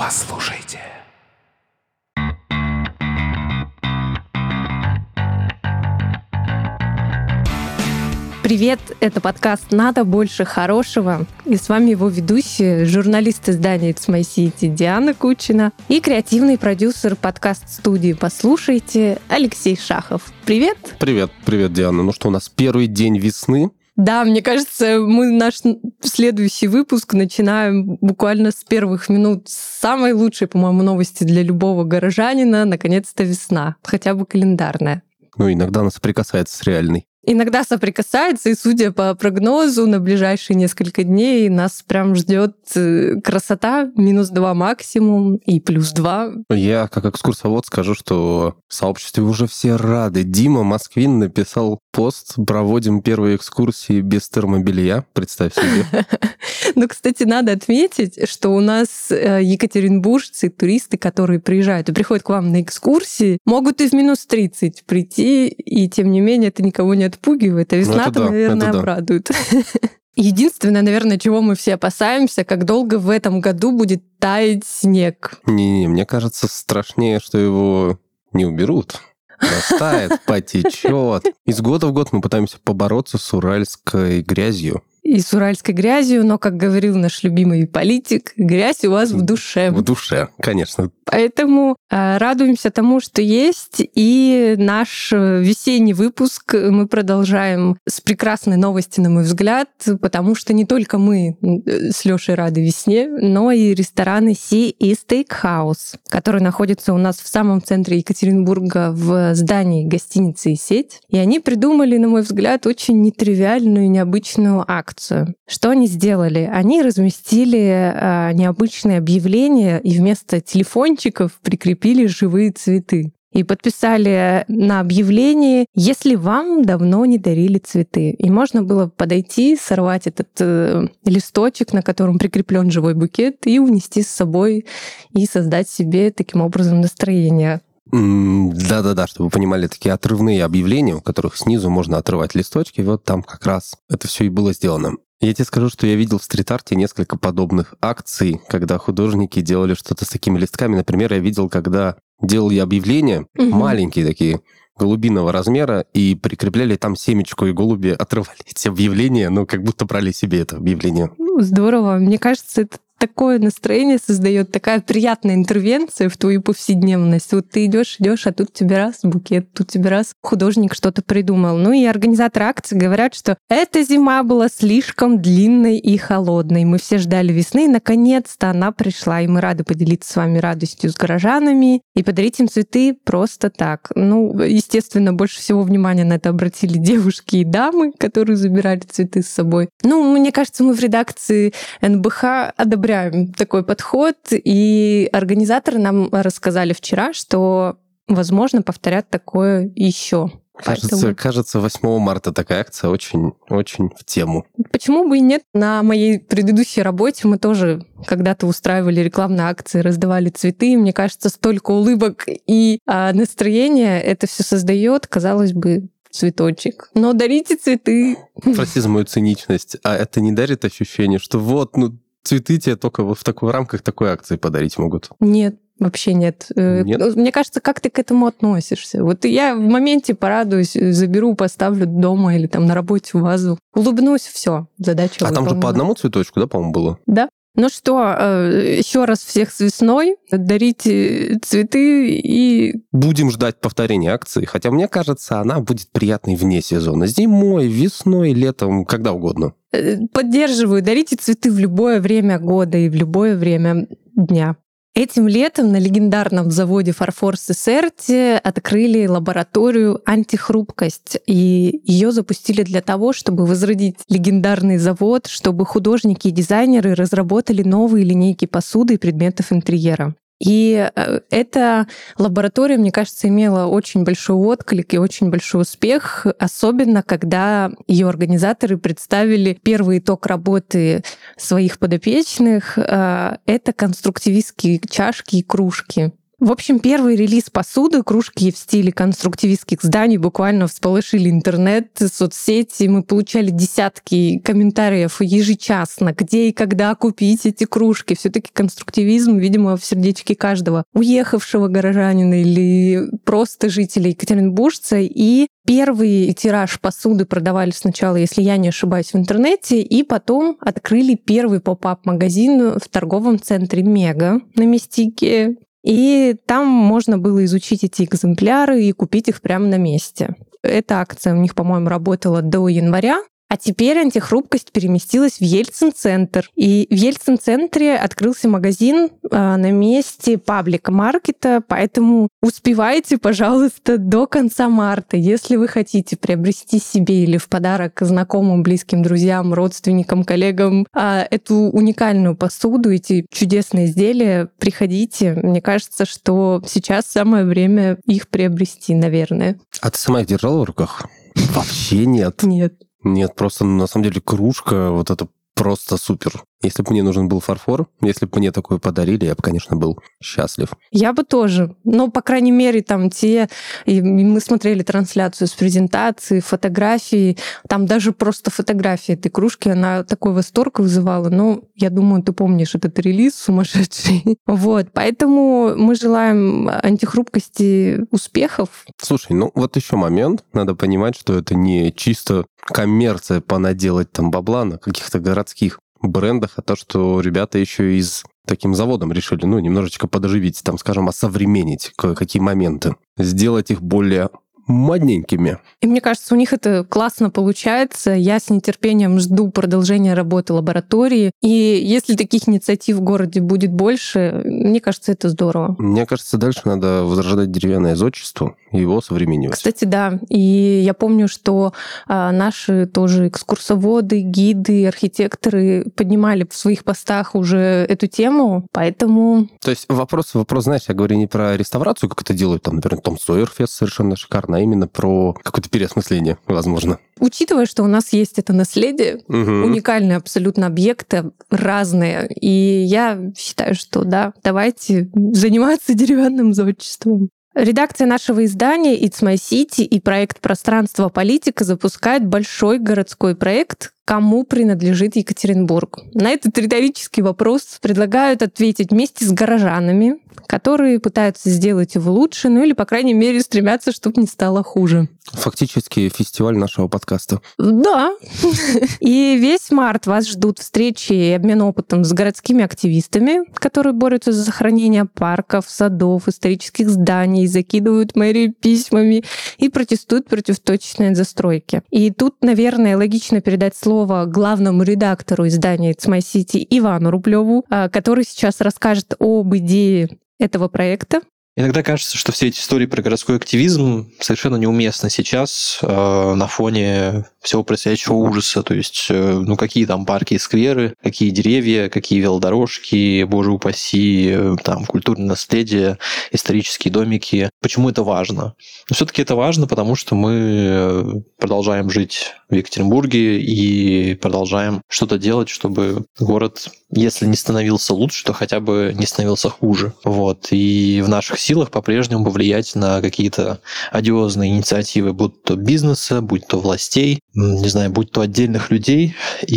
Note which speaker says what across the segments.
Speaker 1: Послушайте.
Speaker 2: Привет, это подкаст «Надо больше хорошего». И с вами его ведущие, журналист издания It's My City Диана Кучина и креативный продюсер подкаст-студии «Послушайте» Алексей Шахов. Привет!
Speaker 3: Привет, Диана. Ну что, у нас первый день весны.
Speaker 2: Да, мне кажется, мы наш следующий выпуск начинаем буквально с первых минут. Самой лучшей, по-моему, новости для любого горожанина. Наконец-то весна, хотя бы календарная.
Speaker 3: Ну, иногда она соприкасается с реальной.
Speaker 2: Иногда соприкасается, и, судя по прогнозу, на ближайшие несколько дней нас прям ждет красота, -2 максимум и +2.
Speaker 3: Я, как экскурсовод, скажу, что в сообществе уже все рады. Дима Москвин написал пост «Проводим первые экскурсии без термобелья». Представь себе.
Speaker 2: Ну, кстати, надо отметить, что у нас екатеринбуржцы, туристы, которые приезжают и приходят к вам на экскурсии, могут и в -30 прийти, и тем не менее это никого не отпугивает. А весна-то, наверное, обрадует. Единственное, наверное, чего мы все опасаемся, как долго в этом году будет таять снег.
Speaker 3: Не, мне кажется, страшнее, что его не уберут. Растает, потечет. Из года в год мы пытаемся побороться с уральской грязью.
Speaker 2: И с уральской грязью, но, как говорил наш любимый политик, грязь у вас в душе.
Speaker 3: В душе, конечно.
Speaker 2: Поэтому радуемся тому, что есть. И наш весенний выпуск мы продолжаем с прекрасной новости, на мой взгляд, потому что не только мы с Лёшей рады весне, но и рестораны Sea и Steakhouse, которые находятся у нас в самом центре Екатеринбурга в здании гостиницы и сеть. И они придумали, на мой взгляд, очень нетривиальную и необычную акцию. Что они сделали? Они разместили необычное объявление и вместо телефончиков прикрепили живые цветы. И подписали на объявлении, если вам давно не дарили цветы. И можно было подойти, сорвать этот листочек, на котором прикреплен живой букет, и унести с собой, и создать себе таким образом настроение.
Speaker 3: Да, чтобы вы понимали, такие отрывные объявления, у которых снизу можно отрывать листочки, вот там как раз это все и было сделано. Я тебе скажу, что я видел в стрит-арте несколько подобных акций, когда художники делали что-то с такими листками. Например, я видел, когда делали объявления, маленькие такие, голубиного размера, и прикрепляли там семечку, и голуби отрывали эти объявления, как будто брали себе это объявление.
Speaker 2: Здорово. Мне кажется, это такое настроение создает, такая приятная интервенция в твою повседневность. Вот ты идешь, а тут тебе раз букет, тут тебе раз художник что-то придумал. Ну и организаторы акции говорят, что эта зима была слишком длинной и холодной. Мы все ждали весны, и наконец-то она пришла. И мы рады поделиться с вами радостью с горожанами и подарить им цветы просто так. Естественно, больше всего внимания на это обратили девушки и дамы, которые забирали цветы с собой. Мне кажется, мы в редакции НБХ одобряем такой подход, и организаторы нам рассказали вчера, что, возможно, повторят такое еще.
Speaker 3: Кажется, 8 марта такая акция очень в тему.
Speaker 2: Почему бы и нет? На моей предыдущей работе мы тоже когда-то устраивали рекламные акции, раздавали цветы. Мне кажется, столько улыбок и настроения это все создает, казалось бы, цветочек. Но дарите цветы.
Speaker 3: Прости за мою циничность. А это не дарит ощущение, что цветы тебе только в рамках такой акции подарить могут?
Speaker 2: Нет, вообще нет. Мне кажется, как ты к этому относишься? Вот я в моменте порадуюсь, заберу, поставлю дома или там на работе в вазу. Улыбнусь, все, задача выполнена.
Speaker 3: А там же по одному цветочку, да, по-моему, было?
Speaker 2: Да. Ну что, еще раз всех с весной. Дарите цветы и...
Speaker 3: Будем ждать повторения акции, хотя мне кажется, она будет приятной вне сезона. Зимой, весной, летом, когда угодно.
Speaker 2: Поддерживаю. Дарите цветы в любое время года и в любое время дня. Этим летом на легендарном заводе «Фарфор Сесерти» открыли лабораторию «Антихрупкость». И ее запустили для того, чтобы возродить легендарный завод, чтобы художники и дизайнеры разработали новые линейки посуды и предметов интерьера. И эта лаборатория, мне кажется, имела очень большой отклик и очень большой успех, особенно когда ее организаторы представили первый итог работы своих подопечных. Это конструктивистские чашки и кружки. В общем, первый релиз посуды, кружки в стиле конструктивистских зданий буквально всполошили интернет, соцсети. Мы получали десятки комментариев ежечасно, где и когда купить эти кружки. Все-таки конструктивизм, видимо, в сердечке каждого уехавшего горожанина или просто жителя екатеринбуржца. И первый тираж посуды продавали сначала, если я не ошибаюсь, в интернете, и потом открыли первый поп-ап-магазин в торговом центре «Мега» на Мистике. И там можно было изучить эти экземпляры и купить их прямо на месте. Эта акция у них, по-моему, работала до января. А теперь антихрупкость переместилась в Ельцин-центр. И в Ельцин-центре открылся магазин на месте паблик-маркета, поэтому успевайте, пожалуйста, до конца марта. Если вы хотите приобрести себе или в подарок знакомым, близким, друзьям, родственникам, коллегам эту уникальную посуду, эти чудесные изделия, приходите. Мне кажется, что сейчас самое время их приобрести, наверное.
Speaker 3: А ты сама их держала в руках? Вообще нет.
Speaker 2: Нет.
Speaker 3: Нет, просто на самом деле кружка, вот это просто супер. Если бы мне нужен был фарфор, если бы мне такое подарили, я бы, конечно, был счастлив.
Speaker 2: Я бы тоже. Но, по крайней мере, там и мы смотрели трансляцию с презентацией, фотографии. Там даже просто фотография этой кружки, она такой восторг вызывала. Но я думаю, ты помнишь этот релиз сумасшедший. Вот. Поэтому мы желаем антихрупкости успехов.
Speaker 3: Слушай, ну вот еще момент. Надо понимать, что это не чисто коммерция понаделать там бабла на каких-то городских брендах, а то, что ребята еще и с таким заводом решили, немножечко подоживить, там, скажем, осовременить кое-какие моменты, сделать их более модненькими.
Speaker 2: И мне кажется, у них это классно получается. Я с нетерпением жду продолжения работы лаборатории. И если таких инициатив в городе будет больше, мне кажется, это здорово.
Speaker 3: Мне кажется, дальше надо возрождать деревянное зодчество и его современнивать.
Speaker 2: Кстати, да. И я помню, что наши тоже экскурсоводы, гиды, архитекторы поднимали в своих постах уже эту тему, поэтому...
Speaker 3: То есть вопрос, знаешь, я говорю не про реставрацию, как это делают, там, например, Том Сойер-фест совершенно шикарно, а именно про какое-то переосмысление, возможно.
Speaker 2: Учитывая, что у нас есть это наследие, уникальные абсолютно объекты, разные, и я считаю, что да, давайте заниматься деревянным зодчеством. Редакция нашего издания It's My City и проект «Пространство. Политика» запускает большой городской проект «Кому принадлежит Екатеринбург?». На этот риторический вопрос предлагают ответить вместе с горожанами, которые пытаются сделать его лучше, или, по крайней мере, стремятся, чтобы не стало хуже.
Speaker 3: Фактически фестиваль нашего подкаста.
Speaker 2: Да. И весь март вас ждут встречи и обмен опытом с городскими активистами, которые борются за сохранение парков, садов, исторических зданий, закидывают мэрию письмами и протестуют против точечной застройки. И тут, наверное, логично передать слово главному редактору издания It's My City Ивану Рублеву, который сейчас расскажет об идее этого проекта.
Speaker 1: Иногда кажется, что все эти истории про городской активизм совершенно неуместны сейчас на фоне всего происходящего ужаса. То есть, какие там парки и скверы, какие деревья, какие велодорожки, боже упаси, там культурное наследие, исторические домики. Почему это важно? Но все-таки это важно, потому что мы продолжаем жить в Екатеринбурге и продолжаем что-то делать, чтобы город, если не становился лучше, то хотя бы не становился хуже. Вот. И в наших силах по-прежнему повлиять на какие-то одиозные инициативы, будь то бизнеса, будь то властей, не знаю, будь то отдельных людей,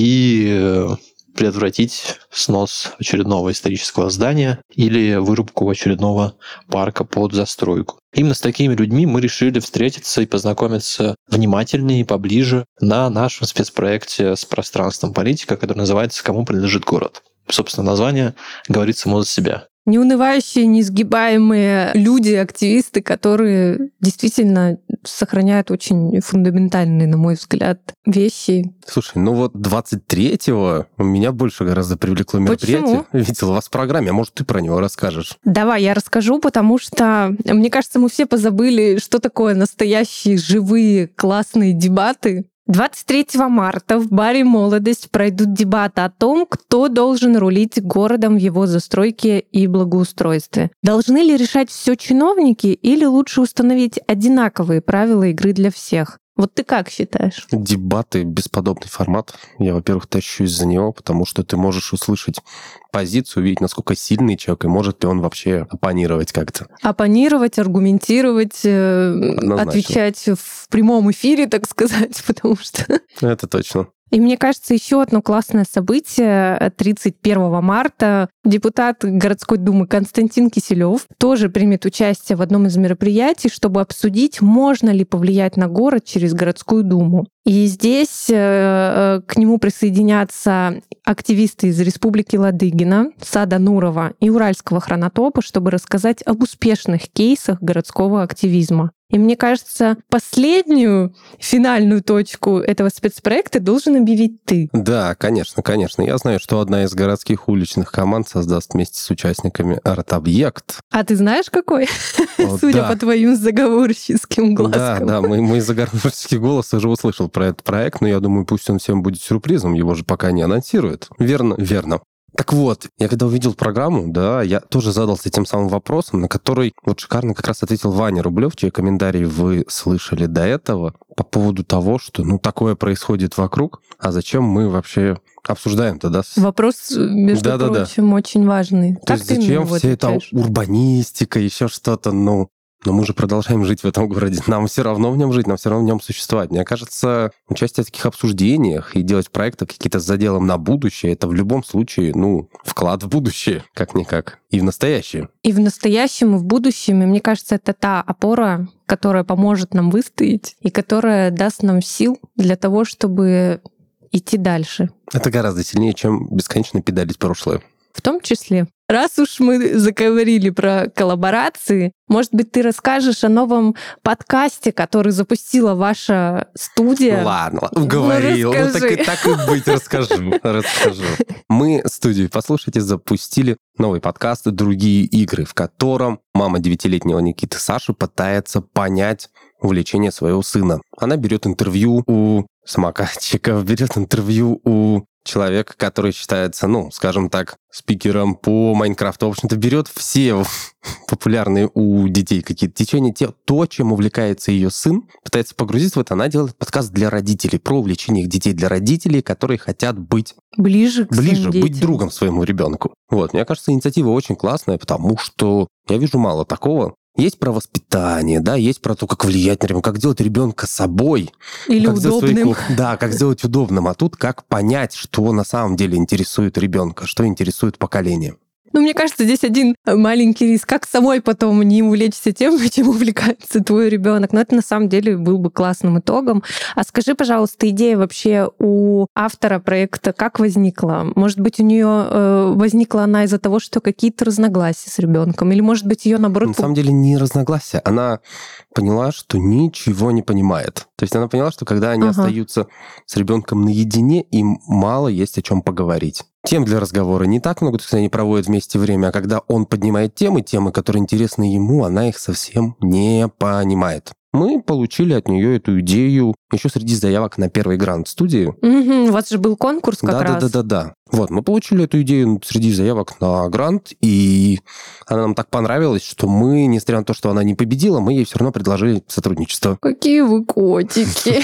Speaker 1: и предотвратить снос очередного исторического здания или вырубку очередного парка под застройку. Именно с такими людьми мы решили встретиться и познакомиться внимательнее и поближе на нашем спецпроекте с пространством политика, который называется «Кому принадлежит город?». Собственно, название говорит само за себя.
Speaker 2: Неунывающие, неизгибаемые люди, активисты, которые действительно сохраняют очень фундаментальные, на мой взгляд, вещи.
Speaker 3: Слушай, 23-го меня больше гораздо привлекло мероприятие.
Speaker 2: Почему?
Speaker 3: Видела вас в программе, а может, ты про него расскажешь?
Speaker 2: Давай, я расскажу, потому что, мне кажется, мы все позабыли, что такое настоящие, живые, классные дебаты. 23 марта в баре «Молодость» пройдут дебаты о том, кто должен рулить городом в его застройке и благоустройстве. Должны ли решать все чиновники или лучше установить одинаковые правила игры для всех? Вот ты как считаешь?
Speaker 3: Дебаты — бесподобный формат. Я, во-первых, тащусь за него, потому что ты можешь услышать позицию, увидеть, насколько сильный человек, и может ли он вообще оппонировать как-то.
Speaker 2: Оппонировать, аргументировать, отвечать в прямом эфире, так сказать, потому что...
Speaker 3: Это точно.
Speaker 2: И мне кажется, еще одно классное событие 31 марта. Депутат городской думы Константин Киселев тоже примет участие в одном из мероприятий, чтобы обсудить, можно ли повлиять на город через городскую думу. И здесь к нему присоединятся активисты из Республики Ладыгина, Сада Нурова и Уральского хронотопа, чтобы рассказать об успешных кейсах городского активизма. И мне кажется, последнюю финальную точку этого спецпроекта должен объявить ты.
Speaker 3: Да, конечно, конечно. Я знаю, что одна из городских уличных команд создаст вместе с участниками арт-объект.
Speaker 2: А ты знаешь, какой? Судя по твоим заговорщицким глазкам.
Speaker 3: Да, мой заговорщицкий голос уже услышал про этот проект, но я думаю, пусть он всем будет сюрпризом, его же пока не анонсируют. Верно. Так вот, я когда увидел программу, да, я тоже задался тем самым вопросом, на который вот шикарно как раз ответил Ваня Рублев, чей комментарий вы слышали до этого, по поводу того, что, такое происходит вокруг, а зачем мы вообще обсуждаем-то, да?
Speaker 2: Вопрос, между прочим, очень важный.
Speaker 3: То есть зачем вся эта урбанистика, еще что-то, но мы же продолжаем жить в этом городе. Нам все равно в нем жить, нам все равно в нем существовать. Мне кажется, участие в таких обсуждениях и делать проекты какие-то с заделом на будущее, это в любом случае, вклад в будущее, как-никак. И в настоящее.
Speaker 2: И в настоящем, и в будущем. И мне кажется, это та опора, которая поможет нам выстоять и которая даст нам сил для того, чтобы идти дальше.
Speaker 3: Это гораздо сильнее, чем бесконечно педалить прошлое.
Speaker 2: В том числе. Раз уж мы заговорили про коллаборации, может быть, ты расскажешь о новом подкасте, который запустила ваша студия?
Speaker 3: Ладно, уговорил. Так и быть, расскажу. Мы, студию «Послушайте», запустили новый подкаст «Другие игры», в котором мама 9-летнего Никиты Саши пытается понять увлечение своего сына. Она берет интервью у самокатчиков, берет интервью у человек, который считается, скажем так, спикером по Майнкрафту, в общем-то, берет все популярные у детей какие-то течения, то, чем увлекается ее сын, пытается погрузиться в это. Она делает подкаст для родителей, про увлечение их детей, для родителей, которые хотят быть ближе, быть другом своему ребенку. Вот, мне кажется, инициатива очень классная, потому что я вижу мало такого. Есть про воспитание, да, есть про то, как влиять на ребенка, как делать ребенка собой.
Speaker 2: Или
Speaker 3: как
Speaker 2: удобным.
Speaker 3: Как сделать удобным. А тут как понять, что на самом деле интересует ребенка, что интересует поколение.
Speaker 2: Мне кажется, здесь один маленький риск. Как самой потом не увлечься тем, чем увлекается твой ребенок. Но это на самом деле был бы классным итогом. А скажи, пожалуйста, идея вообще у автора проекта как возникла? Может быть, у нее возникла она из-за того, что какие-то разногласия с ребенком? Или, может быть, ее наоборот...
Speaker 3: На самом деле не разногласия. Она поняла, что ничего не понимает. То есть она поняла, что когда они остаются с ребенком наедине, им мало есть о чем поговорить. Тем для разговора не так много, то есть они проводят вместе время, а когда он поднимает темы, которые интересны ему, она их совсем не понимает. Мы получили от нее эту идею еще среди заявок на первый грант студии.
Speaker 2: У вас же был конкурс как раз.
Speaker 3: Да. Вот, мы получили эту идею среди заявок на грант, и она нам так понравилась, что мы, несмотря на то, что она не победила, мы ей все равно предложили сотрудничество.
Speaker 2: Какие вы котики!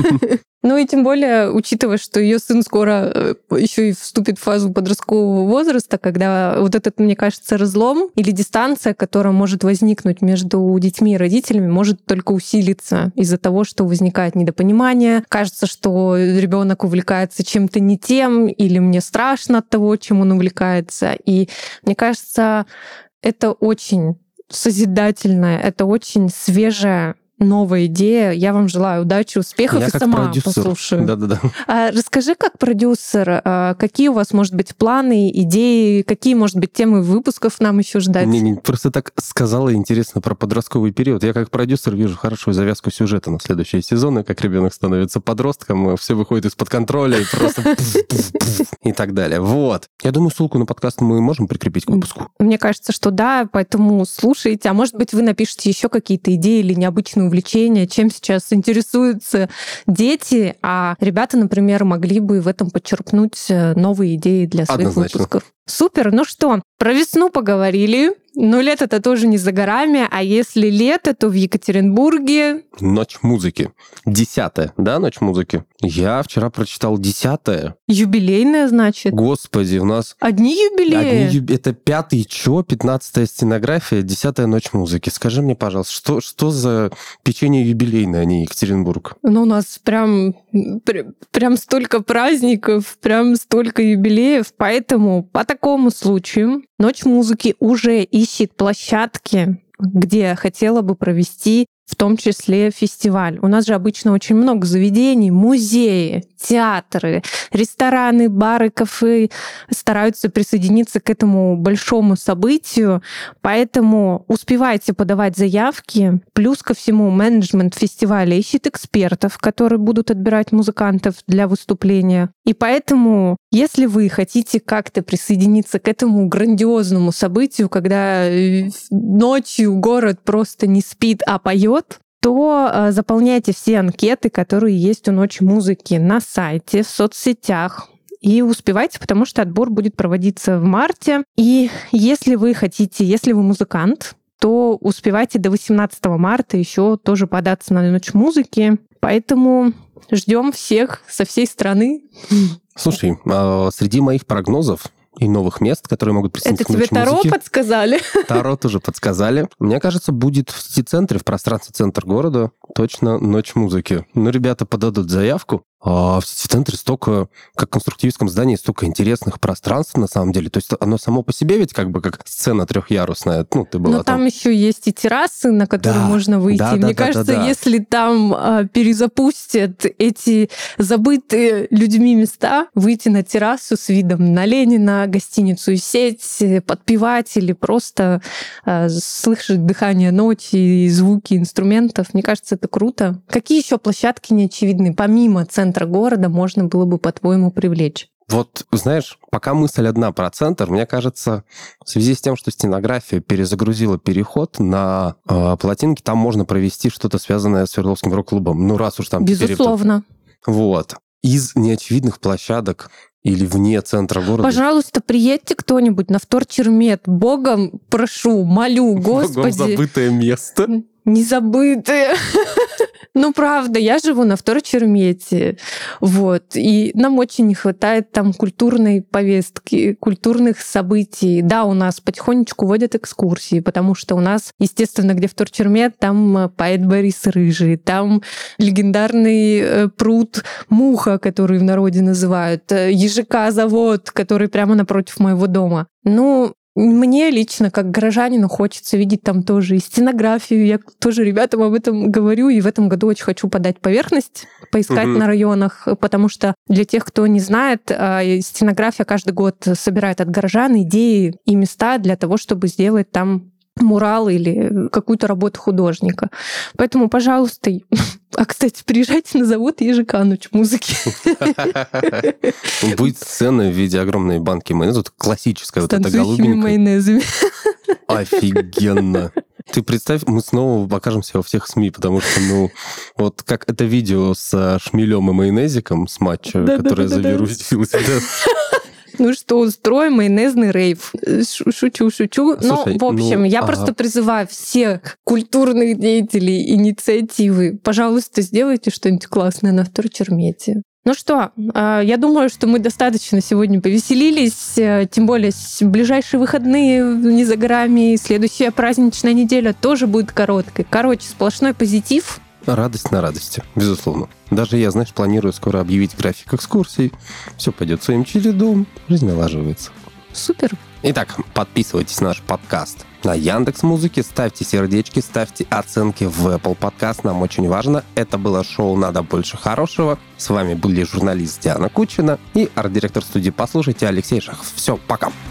Speaker 2: И тем более, учитывая, что ее сын скоро еще и вступит в фазу подросткового возраста, когда вот этот, мне кажется, разлом или дистанция, которая может возникнуть между детьми и родителями, может только усилиться из-за того, что возникает недопонимание. Кажется, что ребенок увлекается чем-то не тем, или мне страшно от того, чем он увлекается. И мне кажется, это очень созидательная, это очень свежая новая идея. Я вам желаю удачи, успехов и сама продюсер. Послушаю.
Speaker 3: Да.
Speaker 2: Расскажи, как продюсер, какие у вас, может быть, планы, идеи, какие, может быть, темы выпусков нам еще ждать?
Speaker 3: Не, просто так сказала интересно про подростковый период. Я как продюсер вижу хорошую завязку сюжета на следующие сезоны, как ребенок становится подростком, все выходит из-под контроля и просто и так далее. Вот. Я думаю, ссылку на подкаст мы можем прикрепить к выпуску.
Speaker 2: Мне кажется, что да, поэтому слушайте. А может быть, вы напишите еще какие-то идеи или необычные увлечения, чем сейчас интересуются дети, а ребята, например, могли бы в этом подчеркнуть новые идеи для своих выпусков. Супер. Ну что, про весну поговорили, Но лето-то тоже не за горами, а если лето, то в Екатеринбурге...
Speaker 3: Ночь музыки. 10-я, да, ночь музыки? Я вчера прочитал 10-я.
Speaker 2: Юбилейная, значит?
Speaker 3: Господи, у нас...
Speaker 2: Одни юбилеи?
Speaker 3: Это 5-й чё? 15-я стенография, 10-я ночь музыки. Скажи мне, пожалуйста, что за печенье юбилейное, а не Екатеринбург?
Speaker 2: Ну, у нас прям столько праздников, прям столько юбилеев, поэтому по такому случаю Ночь музыки уже ищет площадки, где хотела бы провести в том числе фестиваль. У нас же обычно очень много заведений, музеи, театры, рестораны, бары, кафе стараются присоединиться к этому большому событию, поэтому успевайте подавать заявки. Плюс ко всему менеджмент фестиваля ищет экспертов, которые будут отбирать музыкантов для выступления. И поэтому, если вы хотите как-то присоединиться к этому грандиозному событию, когда ночью город просто не спит, а поет, то заполняйте все анкеты, которые есть у Ночи музыки на сайте, в соцсетях. И успевайте, потому что отбор будет проводиться в марте. И если вы музыкант, то успевайте до 18 марта еще тоже податься на Ночь музыки. Поэтому ждем всех со всей страны.
Speaker 3: Слушай, среди моих прогнозов и новых мест, которые могут присоединиться к Ночи музыки...
Speaker 2: Это тебе Таро подсказали?
Speaker 3: Таро тоже подсказали. Мне кажется, будет в Сити-центре, в пространстве центр города, точно Ночь музыки. Ну, ребята подадут заявку. А в Сити-центре столько, как в конструктивистском здании, столько интересных пространств, на самом деле. То есть оно само по себе ведь как бы как сцена трехъярусная. Ну, ты была. Но
Speaker 2: там еще есть и террасы, на которые можно выйти. Мне кажется, если там перезапустят эти забытые людьми места, выйти на террасу с видом на Ленина, гостиницу и сеть, подпевать или просто слышать дыхание ночи и звуки инструментов, мне кажется, это круто. Какие еще площадки неочевидные, помимо центра города, можно было бы, по-твоему, привлечь?
Speaker 3: Вот, знаешь, пока мысль одна про центр, мне кажется, в связи с тем, что стенография перезагрузила переход на плотинки, там можно провести что-то, связанное с Свердловским рок-клубом. Ну, раз уж там...
Speaker 2: Безусловно.
Speaker 3: Вот. Из неочевидных площадок или вне центра города.
Speaker 2: Пожалуйста, приедьте кто-нибудь на Вторчермет. Богом прошу, молю, Господи.
Speaker 3: Богом забытое место.
Speaker 2: Не забытое. Ну, правда, я живу на Вторчермете, вот, и нам очень не хватает там культурной повестки, культурных событий. Да, у нас потихонечку водят экскурсии, потому что у нас, естественно, где Вторчермет, там поэт Борис Рыжий, там легендарный пруд Муха, который в народе называют, ЕЖК-завод, который прямо напротив моего дома. Ну, мне лично, как горожанину, хочется видеть там тоже и стенографию. Я тоже ребятам об этом говорю, и в этом году очень хочу подать поверхность, поискать на районах, потому что для тех, кто не знает, стенография каждый год собирает от горожан идеи и места для того, чтобы сделать там мурал или какую-то работу художника. Поэтому, пожалуйста, кстати, приезжайте на завод ЕЖК «Ночь музыки».
Speaker 3: Будет сцена в виде огромной банки майонеза, классическая, вот эта голубенькая.
Speaker 2: майонезами.
Speaker 3: Офигенно. Ты представь, мы снова покажемся во всех СМИ, потому что, ну, вот как это видео с шмелем и майонезиком с матча, которое завирусилось.
Speaker 2: Ну что, устроим майонезный рейв. Шучу.
Speaker 3: Слушай,
Speaker 2: в общем, я просто призываю всех культурных деятелей инициативы, пожалуйста, сделайте что-нибудь классное на Вторчермете. Ну что, я думаю, что мы достаточно сегодня повеселились, тем более ближайшие выходные не за горами, следующая праздничная неделя тоже будет короткой. Короче, сплошной позитив.
Speaker 3: Радость на радости, безусловно. Даже я, знаешь, планирую скоро объявить график экскурсий. Все пойдет своим чередом, жизнь налаживается.
Speaker 2: Супер.
Speaker 3: Итак, подписывайтесь на наш подкаст на Яндекс.Музыке, ставьте сердечки, ставьте оценки в Apple Podcast, нам очень важно. Это было шоу «Надо больше хорошего». С вами были журналист Диана Кучина и арт-директор студии «Послушайте» Алексей Шахов. Все, пока.